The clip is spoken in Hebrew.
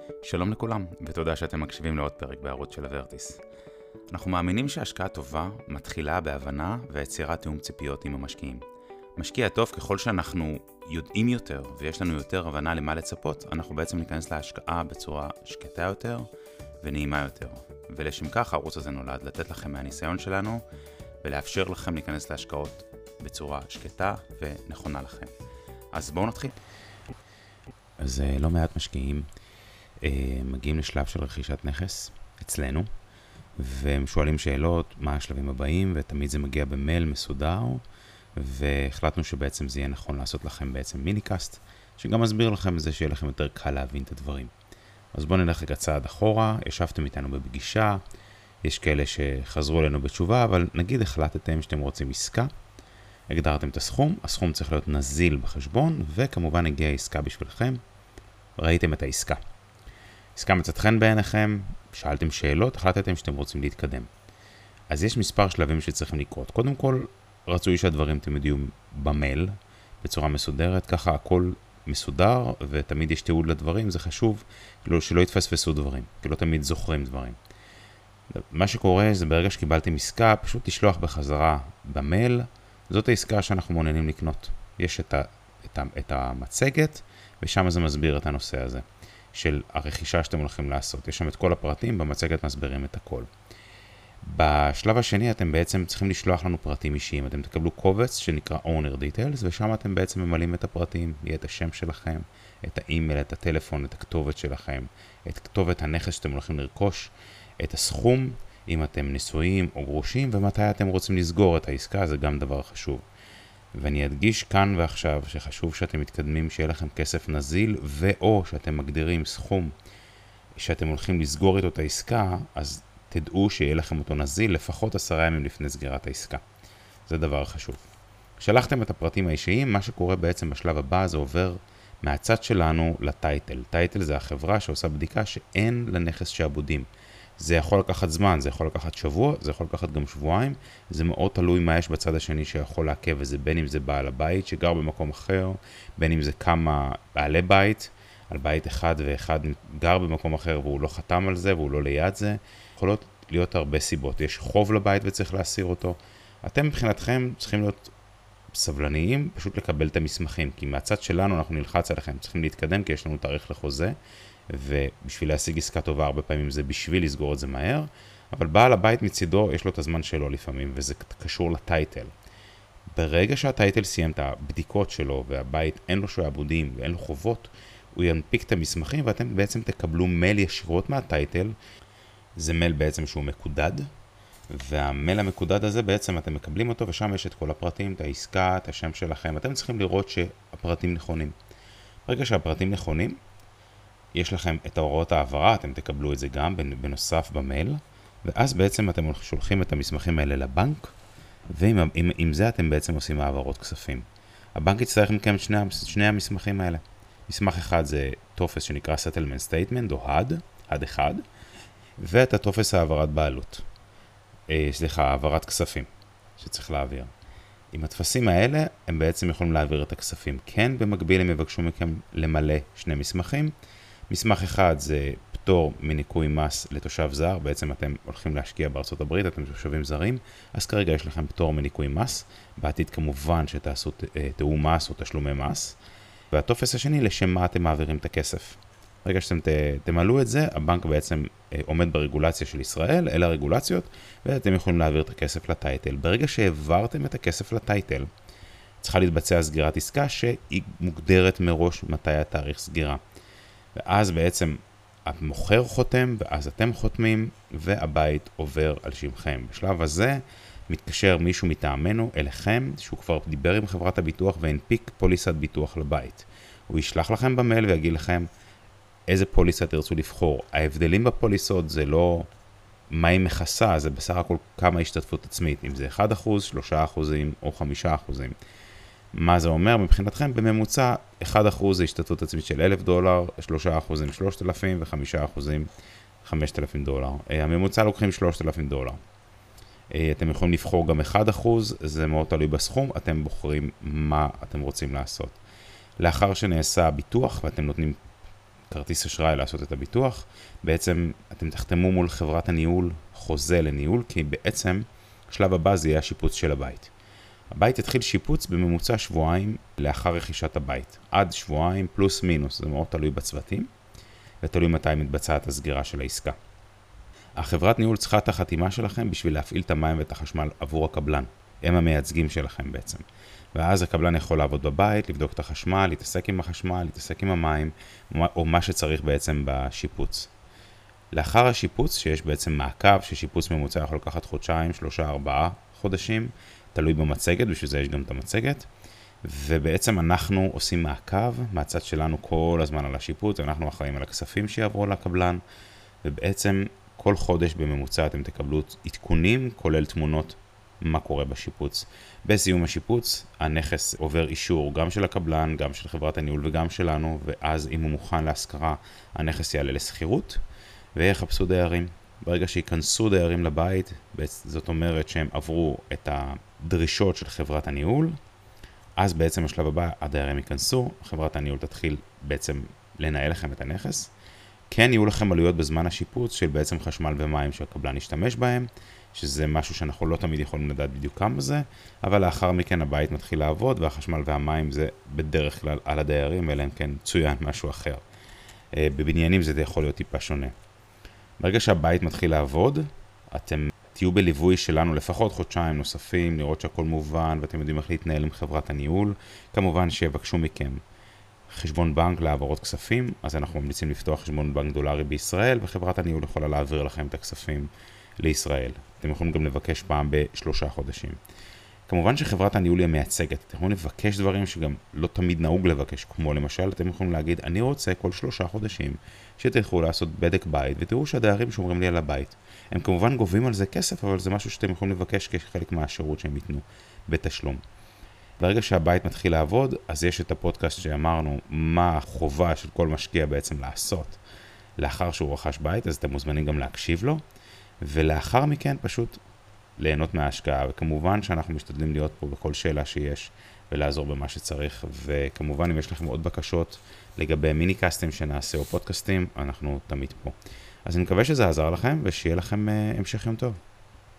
שלום לכולם, ותודה שאתם מקשיבים לעוד פרק בערוץ של הוורטיס. אנחנו מאמינים שהשקעה טובה מתחילה בהבנה ויצירת תיאום ציפיות עם המשקיעים. משקיע טוב ככל שאנחנו יודעים יותר ויש לנו יותר הבנה למה לצפות, אנחנו בעצם ניכנס להשקעה בצורה שקטה יותר ונעימה יותר. ולשם כך הערוץ הזה נולד, לתת לכם מהניסיון שלנו ולאפשר לכם להיכנס להשקעות בצורה שקטה ונכונה לכם. אז בואו נתחיל. אז לא מעט משקיעים מגיעים לשלב של רכישת נכס אצלנו, והם שואלים שאלות, מה השלבים הבאים, ותמיד זה מגיע במייל מסודר, והחלטנו שבעצם זה יהיה נכון לעשות לכם בעצם מיני-קאסט, שגם מסביר לכם זה שיהיה לכם יותר קל להבין את הדברים. אז בואו נלך רגע צעד אחורה, ישבתם איתנו בפגישה, יש כאלה שחזרו אלינו בתשובה, אבל נגיד החלטתם שאתם רוצים עסקה, הגדרתם את הסכום, הסכום צריך להיות נזיל בחשבון, וכמובן הגיעה עסקה בשבילכם, ראיתם את העסקה. עסקה מצאת חן בעיניכם, שאלתם שאלות, החלטתם שאתם רוצים להתקדם. אז יש מספר שלבים שצריכים לקרות. קודם כל, רצוי שהדברים תמיד יהיו במייל, בצורה מסודרת, ככה הכל מסודר, ותמיד יש תיעוד לדברים, זה חשוב, כאילו שלא יתפספסו דברים, כי לא תמיד זוכרים דברים. מה שקורה זה ברגע שקיבלתם עסקה, פשוט תשלוח בחזרה במייל, זאת העסקה שאנחנו מעוניינים לקנות. יש את המצגת, ושם זה מסביר את הנושא הזה. של הרכישה שאתם הולכים לעשות. יש שם את כל הפרטים, במצגת מסבירים את הכל. בשלב השני אתם בעצם צריכים לשלוח לנו פרטים אישיים. אתם תקבלו קובץ שנקרא Owner Details, ושם אתם בעצם ממלאים את הפרטים. יהיה את השם שלכם, את האימייל, את הטלפון, את הכתובת שלכם, את כתובת הנכס שאתם הולכים לרכוש, את הסכום, אם אתם נשואים או גרושים, ומתי אתם רוצים לסגור את העסקה, זה גם דבר חשוב. ואני אדגיש כאן ועכשיו שחשוב שאתם מתקדמים, שיהיה לכם כסף נזיל, ואו שאתם מגדירים סכום שאתם הולכים לסגור איתו את העסקה, אז תדעו שיהיה לכם אותו נזיל לפחות 10 ימים לפני סגירת העסקה. זה דבר חשוב. שלחתם את הפרטים האישיים, מה שקורה בעצם בשלב הבא זה עובר מהצד שלנו לטייטל. טייטל זה החברה שעושה בדיקה שאין לנכס שעבודים. זה יכול לקחת זמן, זה יכול לקחת שבוע, זה יכול לקחת גם שבועיים, זה מאוד תלוי מה יש בצד השני שיכול לעכב, וזה בין אם זה בעל הבית שגר במקום אחר, בין אם זה כמה בעלי בית, על בית אחד ואחד גר במקום אחר והוא לא חתם על זה והוא לא ליד זה, יכולות להיות הרבה סיבות, יש חוב לבית וצריך להסיר אותו, אתם מבחינתכם צריכים להיות סבלניים, פשוט לקבל את המסמכים, כי מהצד שלנו אנחנו נלחץ עליכם, צריכים להתקדם כי יש לנו תאריך לחוזה, ובשביל להשיג עסקה טובה הרבה פעמים זה בשביל לסגור את זה מהר, אבל בעל הבית מצידו יש לו את הזמן שלו לפעמים, וזה קשור לטייטל. ברגע שהטייטל סיים את הבדיקות שלו, והבית אין לו שעבודים ואין לו חובות, הוא ינפיק את המסמכים, ואתם בעצם תקבלו מייל ישירות מהטייטל, זה מייל בעצם שהוא מקודד, והמייל המקודד הזה בעצם אתם מקבלים אותו, ושם יש את כל הפרטים, את העסקה, את השם שלכם, אתם צריכים לראות שהפרטים נכונים. ברגע שהפרטים נכונים, יש לכם את ההוראות העברה, אתם תקבלו את זה גם בנוסף במייל, ואז בעצם אתם שולחים את המסמכים האלה לבנק, ועם זה אתם בעצם עושים העברות כספים. הבנק יצטרך מכם שני המסמכים האלה. מסמך אחד זה טופס שנקרא Settlement Statement, או HUD אחד, ואת הטופס העברת בעלות. העברת כספים, שצריך להעביר. עם התפסים האלה, הם בעצם יכולים להעביר את הכספים. כן, במקביל הם יבקשו מכם למלא שני מסמכים. מסמך אחד זה פטור מניכוי מס לתושב זר, בעצם אתם הולכים להשקיע בארצות הברית, אתם תושבים זרים, אז כרגע יש לכם פטור מניכוי מס, בעתיד כמובן שתעשו תיאום מס או תשלומי מס, והטופס השני לשם מה אתם מעבירים את הכסף. ברגע שאתם תמלאו את זה, הבנק בעצם עומד ברגולציה של ישראל, אלה הרגולציות, ואתם יכולים להעביר את הכסף לטייטל. ברגע שהעברתם את הכסף לטייטל, צריכה להתבצע סגירת עסקה שהיא מוגדרת מראש מתי התאריך סגירה. ואז בעצם המוכר חותם, ואז אתם חותמים, והבית עובר על שמכם. בשלב הזה מתקשר מישהו מטעמנו אליכם, שהוא כבר דיבר עם חברת הביטוח והנפיק פוליסת ביטוח לבית. הוא ישלח לכם במייל ויגיד לכם איזה פוליסה תרצו לבחור. ההבדלים בפוליסות זה לא מה היא מכסה, זה בסך הכל כמה השתתפות עצמית, אם זה 1%, 3% או 5%. מה זה אומר? מבחינתכם בממוצע 1% זה השתתפות עצמית של $1,000, 3% זה 3,000 ו5% $5,000. הממוצע לוקחים $3,000. אתם יכולים לבחור גם 1%, זה מאוד תלוי בסכום, אתם בוחרים מה אתם רוצים לעשות. לאחר שנעשה הביטוח ואתם נותנים כרטיס אשראי לעשות את הביטוח, בעצם אתם תחתמו מול חברת הניהול חוזה לניהול, כי בעצם שלב הבא זה יהיה השיפוץ של הבית. הבית יתחיל שיפוץ בממוצע שבועיים לאחר רכישת הבית. עד שבועיים פלוס מינוס, זה מאוד תלוי בצוותים, ותלוי מתי מתבצעת הסגירה של העסקה. החברת ניהול צריכה את החתימה שלכם בשביל להפעיל את המים ואת החשמל עבור הקבלן. הם המייצגים שלכם בעצם. ואז הקבלן יכול לעבוד בבית, לבדוק את החשמל, להתעסק עם החשמל, להתעסק עם המים, או מה שצריך בעצם בשיפוץ. לאחר השיפוץ, שיש בעצם מעקב, ששיפוץ ממוצע יכול לקחת חודשיים, 3, 4 חודשים, תלוי במצגת, בשביל זה יש גם את המצגת. ובעצם אנחנו עושים מעקב מהצד שלנו כל הזמן על השיפוץ, אנחנו אחראים על הכספים שיעברו לקבלן, ובעצם כל חודש בממוצע אתם תקבלו עדכונים, כולל תמונות מה קורה בשיפוץ. בסיום השיפוץ, הנכס עובר אישור גם של הקבלן, גם של חברת הניהול וגם שלנו, ואז אם הוא מוכן להשכרה, הנכס יעלה לסחירות, ויחפשו דיירים. ברגע שיכנסו דיירים לבית, זאת אומרת שהם עברו את הדרישות של חברת הניהול, אז בעצם השלב הבא, הדיירים ייכנסו, חברת הניהול תתחיל בעצם לנהל לכם את הנכס. כן יהיו לכם עלויות בזמן השיפוץ של בעצם חשמל ומים שהקבלן ישתמש בהם, שזה משהו שאנחנו לא תמיד יכולים לדעת בדיוק כמה זה, אבל לאחר מכן הבית מתחיל לעבוד, והחשמל והמים זה בדרך כלל על הדיירים, אלא אם כן צוין משהו אחר. בבניינים זה יכול להיות טיפה שונה. ברגע שהבית מתחיל לעבוד, אתם תהיו בליווי שלנו לפחות חודשיים נוספים, לראות שהכל מובן, ואתם יודעים איך להתנהל עם חברת הניהול. כמובן שיבקשו מכם חשבון בנק להעברות כספים, אז אנחנו ממליצים לפתוח חשבון בנק דולרי בישראל, וחברת הניהול יכולה להעביר לכם את הכספים לישראל. אתם יכולים גם לבקש פעם ב3 חודשים. כמובן שחברת הניהול היא מייצגת. אתם יכולים לבקש דברים שגם לא תמיד נהוג לבקש, כמו למשל, אתם יכולים להגיד, אני רוצה כל 3 חודשים שתלכו לעשות בדק בית, ותראו שהדיירים שומרים לי על הבית. הם כמובן גובים על זה כסף, אבל זה משהו שאתם יכולים לבקש כחלק מהשירות שהם ייתנו בתשלום. ברגע שהבית מתחיל לעבוד, אז יש את הפודקאסט שאמרנו מה החובה של כל משקיע בעצם לעשות לאחר שהוא רכש בית, אז אתם מוזמנים גם להקשיב לו, ולאחר מכן פשוט ליהנות מההשקעה, וכמובן שאנחנו משתדלים להיות פה בכל שאלה שיש, ולעזור במה שצריך, וכמובן אם יש לכם עוד בקשות לגבי מיני-קאסטים שנעשה או פודקאסטים, אנחנו תמיד פה. אז אני מקווה שזה עזר לכם, ושיהיה לכם המשך יום טוב.